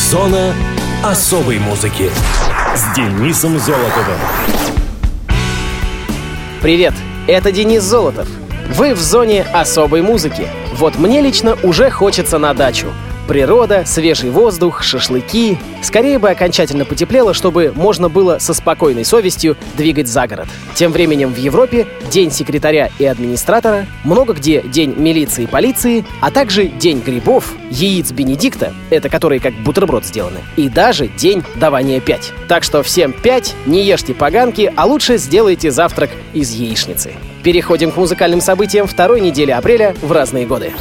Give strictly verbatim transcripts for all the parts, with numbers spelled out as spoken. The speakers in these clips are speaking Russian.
Зона особой музыки с Денисом Золотовым. Привет, это Денис Золотов. Вы в зоне особой музыки. Вот мне лично уже хочется на дачу. Природа, свежий воздух, шашлыки. Скорее бы окончательно потеплело, чтобы можно было со спокойной совестью двигать за город. Тем временем в Европе День секретаря и администратора, много где День милиции и полиции, а также День грибов, яиц Бенедикта, это которые как бутерброд сделаны, и даже День давания пять. Так что всем пять, не ешьте поганки, а лучше сделайте завтрак из яичницы. Переходим к музыкальным событиям второй недели апреля в разные годы.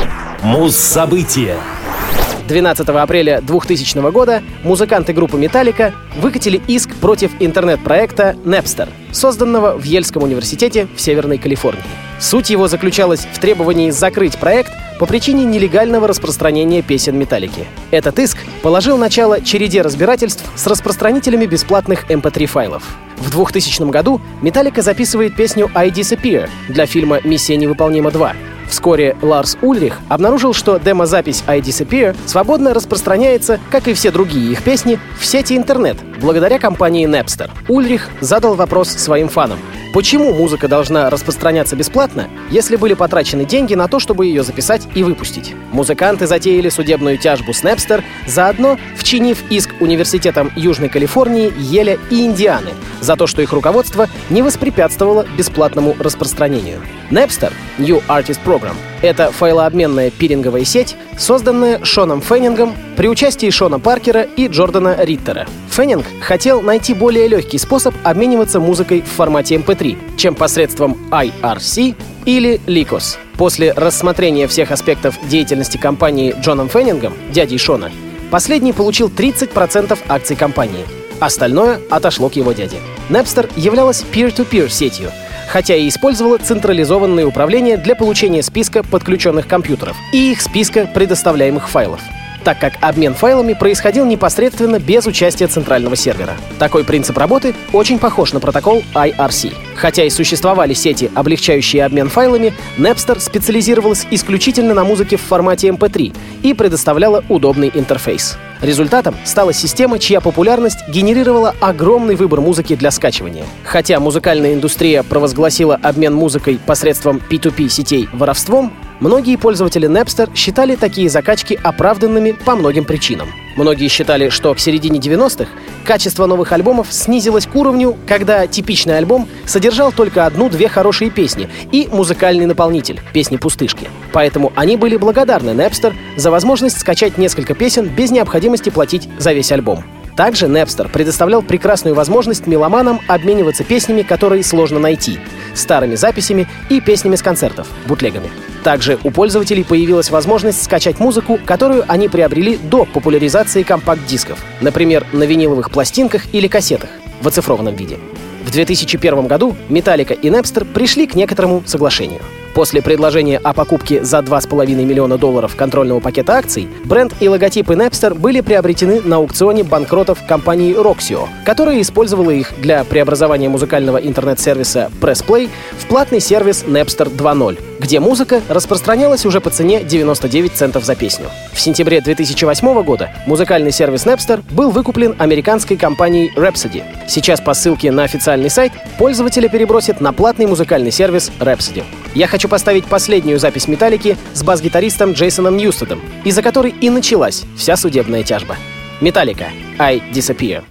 Муз-события. двенадцатого апреля двухтысячного года музыканты группы Metallica выкатили иск против интернет-проекта Napster, созданного в Йельском университете в Северной Калифорнии. Суть его заключалась в требовании закрыть проект по причине нелегального распространения песен Металлики. Этот иск положил начало череде разбирательств с распространителями бесплатных эм пэ три файлов. В двухтысячном году Metallica записывает песню «I Disappear» для фильма «Миссия невыполнима два». Вскоре Ларс Ульрих обнаружил, что демозапись «I Disappear» свободно распространяется, как и все другие их песни, в сети интернет, благодаря компании Napster. Ульрих задал вопрос своим фанам: почему музыка должна распространяться бесплатно, если были потрачены деньги на то, чтобы ее записать и выпустить? Музыканты затеяли судебную тяжбу с Napster, заодно вчинив иск университетам Южной Калифорнии, Йеля и Индианы за то, что их руководство не воспрепятствовало бесплатному распространению. Napster — New Artist Program — это файлообменная пиринговая сеть, созданная Шоном Феннингом при участии Шона Паркера и Джордана Риттера. Феннинг хотел найти более легкий способ обмениваться музыкой в формате эм пэ три, чем посредством ай ар си или ликос. После рассмотрения всех аспектов деятельности компании Джоном Феннингом, дядей Шона, последний получил тридцать процентов акций компании. Остальное отошло к его дяде. Napster являлась peer-to-peer сетью, хотя и использовала централизованное управление для получения списка подключенных компьютеров и их списка предоставляемых файлов, так как обмен файлами происходил непосредственно без участия центрального сервера. Такой принцип работы очень похож на протокол ай ар си. Хотя и существовали сети, облегчающие обмен файлами, Napster специализировалась исключительно на музыке в формате эм пэ три и предоставляла удобный интерфейс. Результатом стала система, чья популярность генерировала огромный выбор музыки для скачивания. Хотя музыкальная индустрия провозгласила обмен музыкой посредством пи ту пи сетей воровством, многие пользователи Napster считали такие закачки оправданными по многим причинам. Многие считали, что к середине девяностых качество новых альбомов снизилось к уровню, когда типичный альбом содержал только одну-две хорошие песни и музыкальный наполнитель — песни-пустышки. Поэтому они были благодарны Napster за возможность скачать несколько песен без необходимости платить за весь альбом. Также Napster предоставлял прекрасную возможность меломанам обмениваться песнями, которые сложно найти, старыми записями и песнями с концертов, бутлегами. Также у пользователей появилась возможность скачать музыку, которую они приобрели до популяризации компакт-дисков, например, на виниловых пластинках или кассетах в оцифрованном виде. В две тысячи первом году Metallica и Napster пришли к некоторому соглашению. После предложения о покупке за два с половиной миллиона долларов контрольного пакета акций, бренд и логотипы Napster были приобретены на аукционе банкротов компании Roxio, которая использовала их для преобразования музыкального интернет-сервиса PressPlay в платный сервис Napster два ноль, где музыка распространялась уже по цене девяносто девять центов за песню. В сентябре две тысячи восьмого года музыкальный сервис Napster был выкуплен американской компанией Rhapsody. Сейчас по ссылке на официальный сайт пользователя перебросят на платный музыкальный сервис Rhapsody. Я хочу поставить последнюю запись Металлики с бас-гитаристом Джейсоном Ньюстедом, из-за которой и началась вся судебная тяжба. Metallica — I Disappear.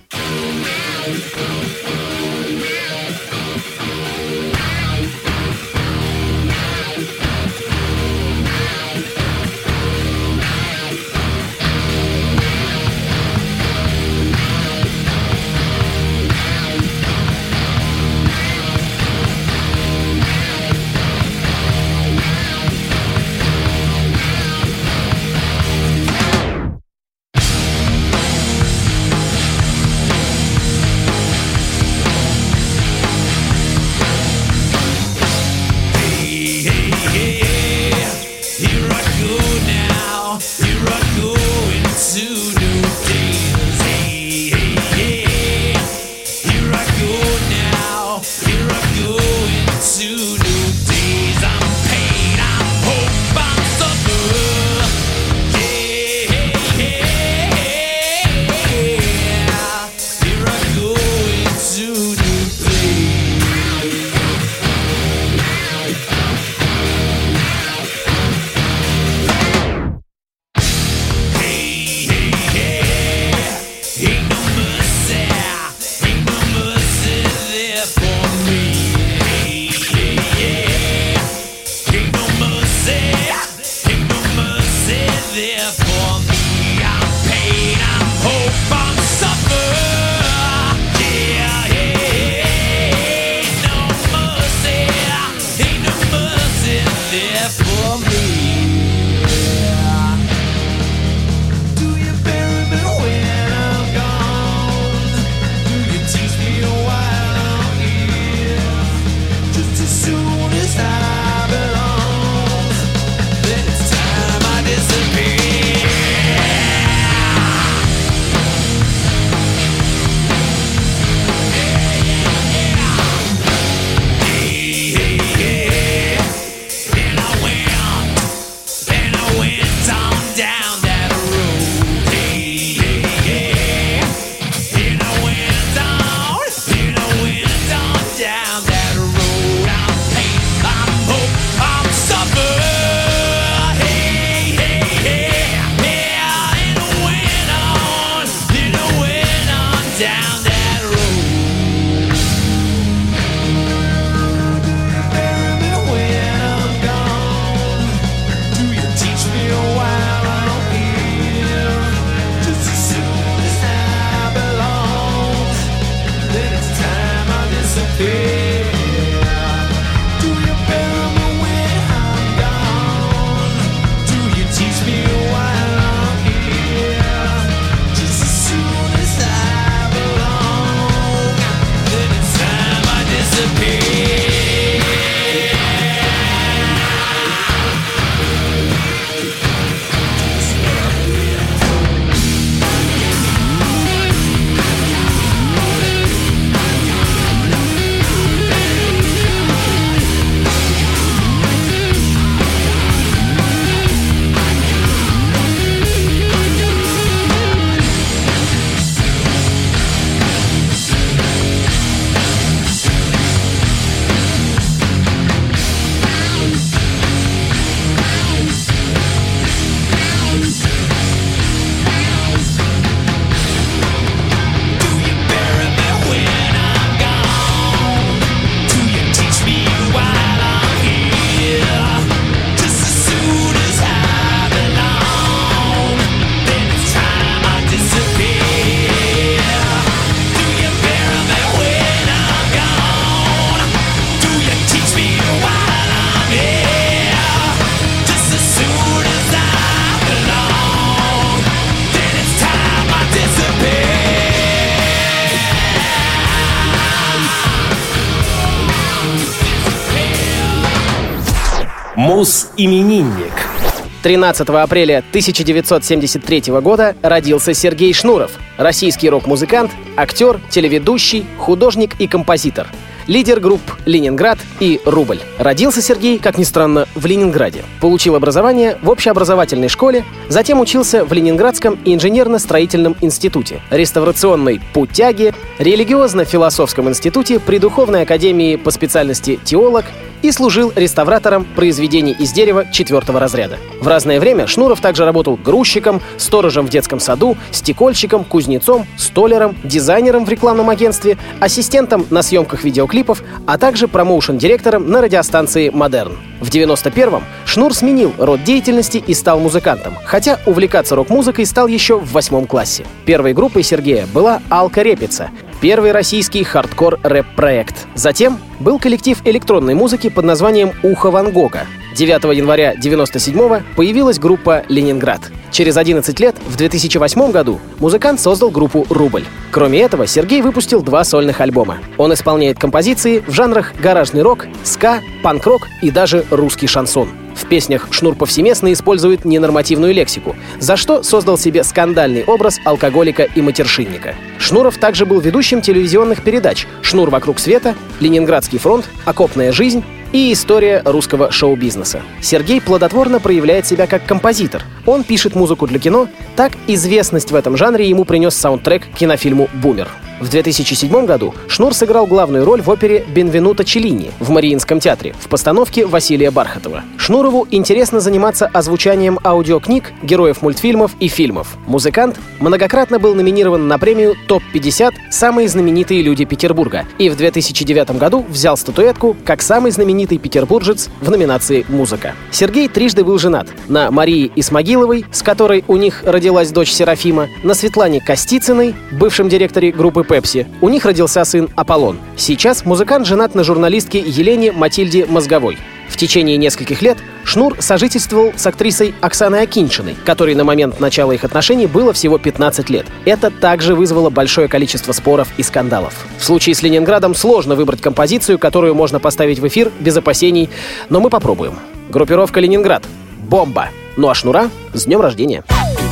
Мус-именинник. тринадцатого апреля тысяча девятьсот семьдесят третьего года родился Сергей Шнуров, российский рок-музыкант, актер, телеведущий, художник и композитор. Лидер групп «Ленинград» и «Рубль». Родился Сергей, как ни странно, в Ленинграде. Получил образование в общеобразовательной школе, затем учился в Ленинградском инженерно-строительном институте, реставрационной «Путяге», религиозно-философском институте при Духовной академии по специальности теолог и служил реставратором произведений из дерева четвертого разряда. В разное время Шнуров также работал грузчиком, сторожем в детском саду, стекольщиком, кузнецом, столяром, дизайнером в рекламном агентстве, ассистентом на съемках видеоклипов, а также промоушен-директором на радиостанции «Модерн». В девяносто первом Шнур сменил род деятельности и стал музыкантом, хотя увлекаться рок-музыкой стал еще в восьмом классе. Первой группой Сергея была «Алка Репица», первый российский хардкор-рэп-проект. Затем был коллектив электронной музыки под названием «Ухо Ван Гога». девятого января девяносто седьмого появилась группа «Ленинград». Через одиннадцать лет, в две тысячи восьмом году, музыкант создал группу «Рубль». Кроме этого, Сергей выпустил два сольных альбома. Он исполняет композиции в жанрах гаражный рок, ска, панк-рок и даже русский шансон. В песнях Шнур повсеместно использует ненормативную лексику, за что создал себе скандальный образ алкоголика и матершинника. Шнуров также был ведущим телевизионных передач «Шнур вокруг света», «Ленинградский фронт», «Окопная жизнь» и «История русского шоу-бизнеса». Сергей плодотворно проявляет себя как композитор. Он пишет музыку для кино, так известность в этом жанре ему принес саундтрек к кинофильму «Бумер». В две тысячи седьмом году Шнур сыграл главную роль в опере «Бенвенуто Челлини» в Мариинском театре в постановке Василия Бархатова. Шнурову интересно заниматься озвучанием аудиокниг, героев мультфильмов и фильмов. Музыкант многократно был номинирован на премию топ пятьдесят «Самые знаменитые люди Петербурга» и в две тысячи девятом году взял статуэтку как самый знаменитый петербуржец в номинации «Музыка». Сергей трижды был женат на Марии Исмагиловой, с которой у них родилась дочь Серафима, на Светлане Костицыной, бывшем директоре группы Пепси. У них родился сын Аполлон. Сейчас музыкант женат на журналистке Елене Матильде Мозговой. В течение нескольких лет Шнур сожительствовал с актрисой Оксаной Акиньшиной, которой на момент начала их отношений было всего пятнадцать лет. Это также вызвало большое количество споров и скандалов. В случае с Ленинградом сложно выбрать композицию, которую можно поставить в эфир без опасений, но мы попробуем. Группировка «Ленинград». Бомба! Ну а Шнура с днем рождения!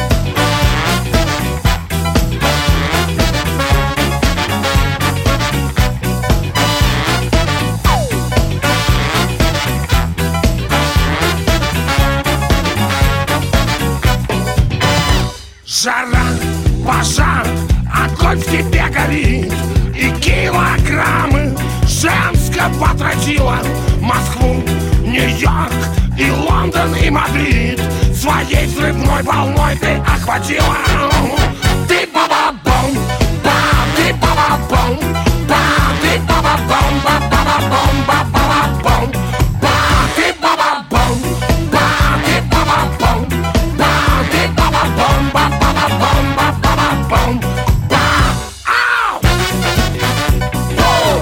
Жара, пожар, огонь в тебе горит, и килограммы женского тротила. Москву, Нью-Йорк и Лондон и Мадрид своей взрывной волной ты охватила. Ты баба-бом, ба, ты баба-бом, ба, ты баба-бом, ба-ба-бом, ба-ба-бом, ба, ты баба-бом, ба, ты баба-бом, ба, ты баба-бом, ба-ба-бом, ба-ба-бом, ба, ау! Бум!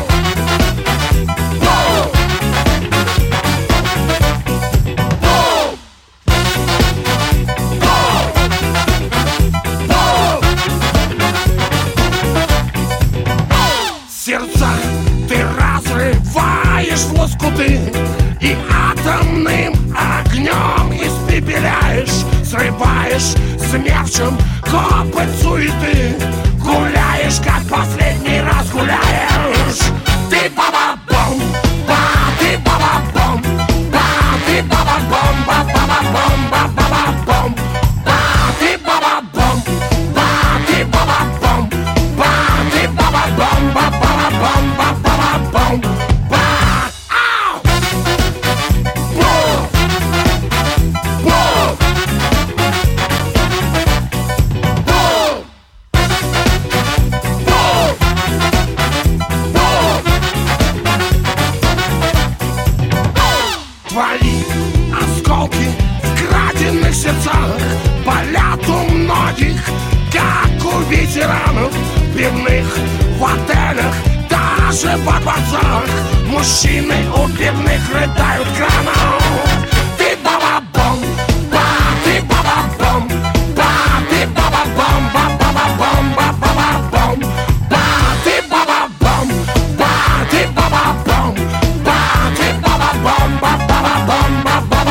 Бум! Сердца ты разрываешь в лоскуты и атомным огнем испепеляешь, срываешь смерчем копоть суеты, гуляешь, как последний раз гуляешь. Ты баба-бом, ба, ты баба-бом, ба, ты баба-бом, ба-ба-бом, ба-ба-бом, ба, ты баба-бом, ба, ты баба-бом, ба, ты баба-бом, ба-ба-бом, ба-ба-бом, ба, ау! Бум! Бум! Бум! Твои осколки в краденных сердцах болят у многих, как у ветеранов пивных в отелях, даже во дворцах. Мужчины у пивных рыдают краном. Ты баба-бом, ба, ты баба-бом, ба, ты баба-бом, ба-ба-бом, ба-ба-бом, ба, ты баба-бом, ба, ты баба-бом, ба, ты баба-бом, ба-ба-бом, ба-ба-бом.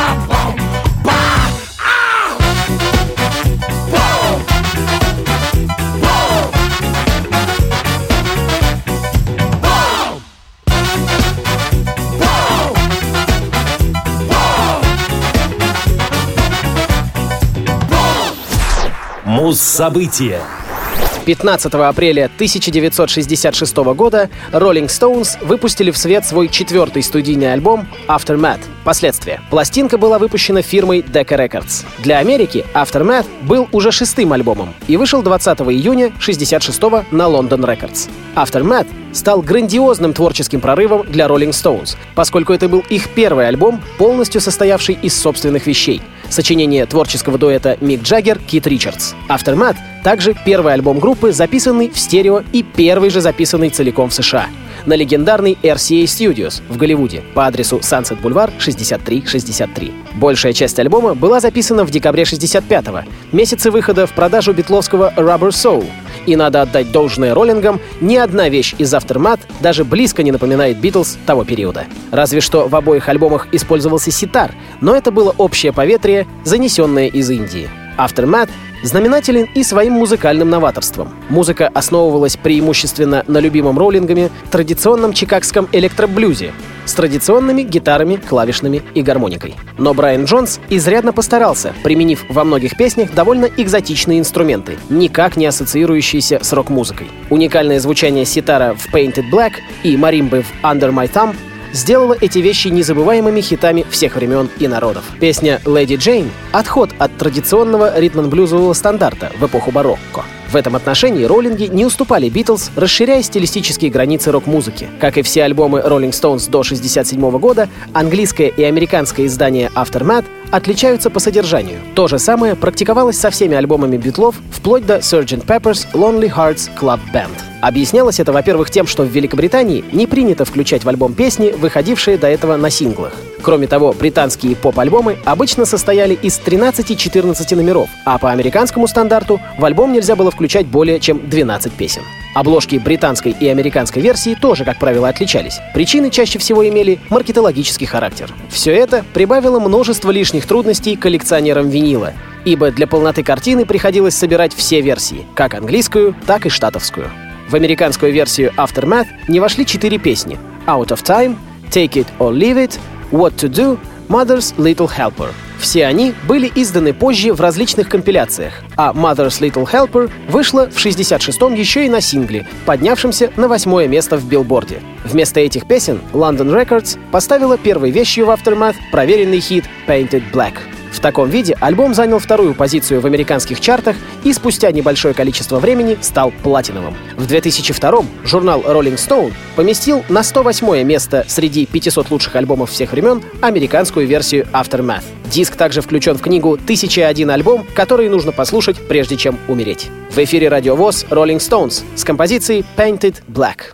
Муз-события. пятнадцатого апреля тысяча девятьсот шестьдесят шестого года Rolling Stones выпустили в свет свой четвертый студийный альбом Aftermath. Последствия. Пластинка была выпущена фирмой Decca Records. Для Америки Aftermath был уже шестым альбомом и вышел двадцатого июня шестьдесят шестого на London Records. Aftermath стал грандиозным творческим прорывом для Rolling Stones, поскольку это был их первый альбом, полностью состоявший из собственных вещей. Сочинение творческого дуэта Мик Джаггер — Кит Ричардс. Aftermath также первый альбом группы, записанный в стерео и первый же записанный целиком в США на легендарной эр си эй Studios в Голливуде по адресу Sunset Boulevard шестьдесят три шестьдесят три. Большая часть альбома была записана в декабре шестьдесят пятого, месяце выхода в продажу битловского Rubber Soul. И надо отдать должное роллингам, ни одна вещь из Aftermath даже близко не напоминает Битлз того периода. Разве что в обоих альбомах использовался ситар, но это было общее поветрие, занесенное из Индии. Aftermath знаменателен и своим музыкальным новаторством. Музыка основывалась преимущественно на любимом роллингами традиционном чикагском электроблюзе с традиционными гитарами, клавишными и гармоникой. Но Брайан Джонс изрядно постарался, применив во многих песнях довольно экзотичные инструменты, никак не ассоциирующиеся с рок-музыкой. Уникальное звучание ситара в Painted Black и маримбы в Under My Thumb сделала эти вещи незабываемыми хитами всех времен и народов. Песня «Lady Jane» — отход от традиционного ритм-н-блюзового стандарта в эпоху барокко. В этом отношении роллинги не уступали Битлз, расширяя стилистические границы рок-музыки. Как и все альбомы Rolling Stones до шестьдесят седьмого года, английское и американское издание Aftermath отличаются по содержанию. То же самое практиковалось со всеми альбомами Битлов, вплоть до сержант Pepper's Lonely Hearts Club Band. Объяснялось это, во-первых, тем, что в Великобритании не принято включать в альбом песни, выходившие до этого на синглах. Кроме того, британские поп-альбомы обычно состояли из тринадцати-четырнадцати номеров, а по американскому стандарту в альбом нельзя было включать более чем двенадцать песен. Обложки британской и американской версии тоже, как правило, отличались. Причины чаще всего имели маркетологический характер. Все это прибавило множество лишних трудностей коллекционерам винила, ибо для полноты картины приходилось собирать все версии, как английскую, так и штатовскую. В американскую версию Aftermath не вошли четыре песни: Out of Time, Take It or Leave It, What to Do, Mother's Little Helper. Все они были изданы позже в различных компиляциях, а Mother's Little Helper вышла в шестьдесят шестом еще и на сингле, поднявшемся на восьмое место в билборде. Вместо этих песен London Records поставила первой вещью в Aftermath проверенный хит Painted Black. В таком виде альбом занял вторую позицию в американских чартах и спустя небольшое количество времени стал платиновым. В две тысячи втором журнал Rolling Stone поместил на сто восьмое место среди пятисот лучших альбомов всех времен американскую версию Aftermath. Диск также включен в книгу «тысяча и один альбом, который нужно послушать, прежде чем умереть». В эфире Радио ВОС Rolling Stones с композицией Painted Black.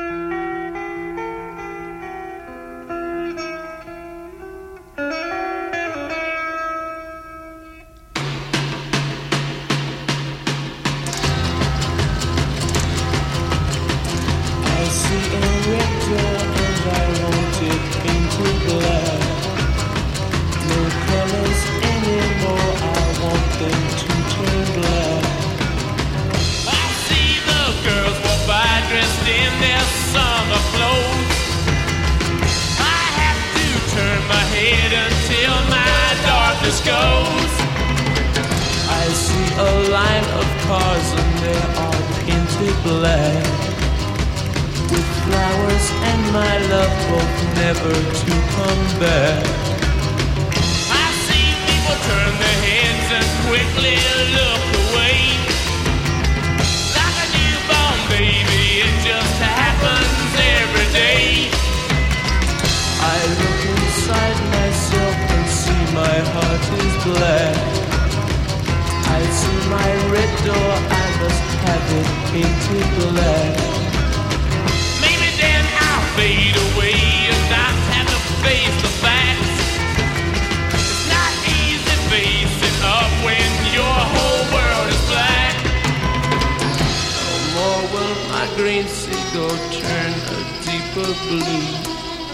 Goes. I see a line of cars and they are painted black, with flowers and my love both never to come back. I see people turn their heads and quickly look away, like a newborn baby, it just happens every day. I look inside myself and see my heart is black. I see my red door, I must have it painted black. Maybe then I'll fade away and not have to face the facts. It's not easy facing up when your whole world is black. No more will my green seagull turn a deeper blue.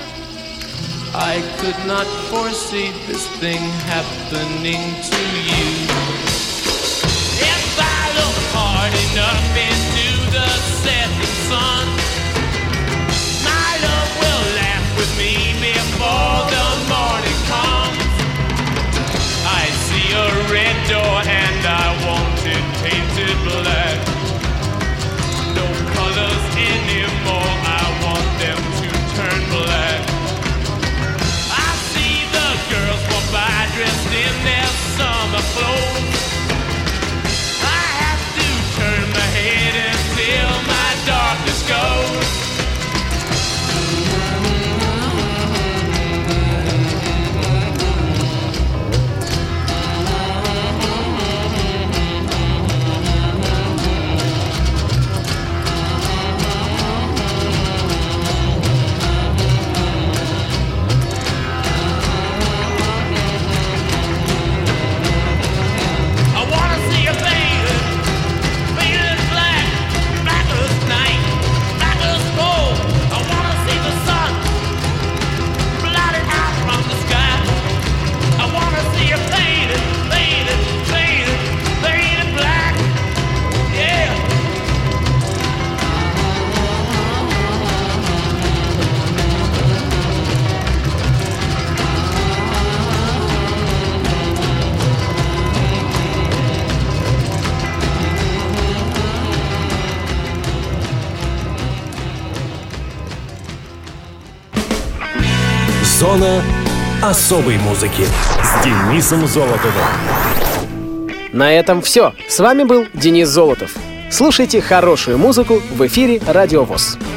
I could not foresee this thing happening to you. If I look hard enough into the setting sun, my love will laugh with me before the morning comes. I see a red door and I want it painted Зона особой музыки с Денисом Золотовым. На этом все. С вами был Денис Золотов. Слушайте хорошую музыку в эфире Радио ВОС.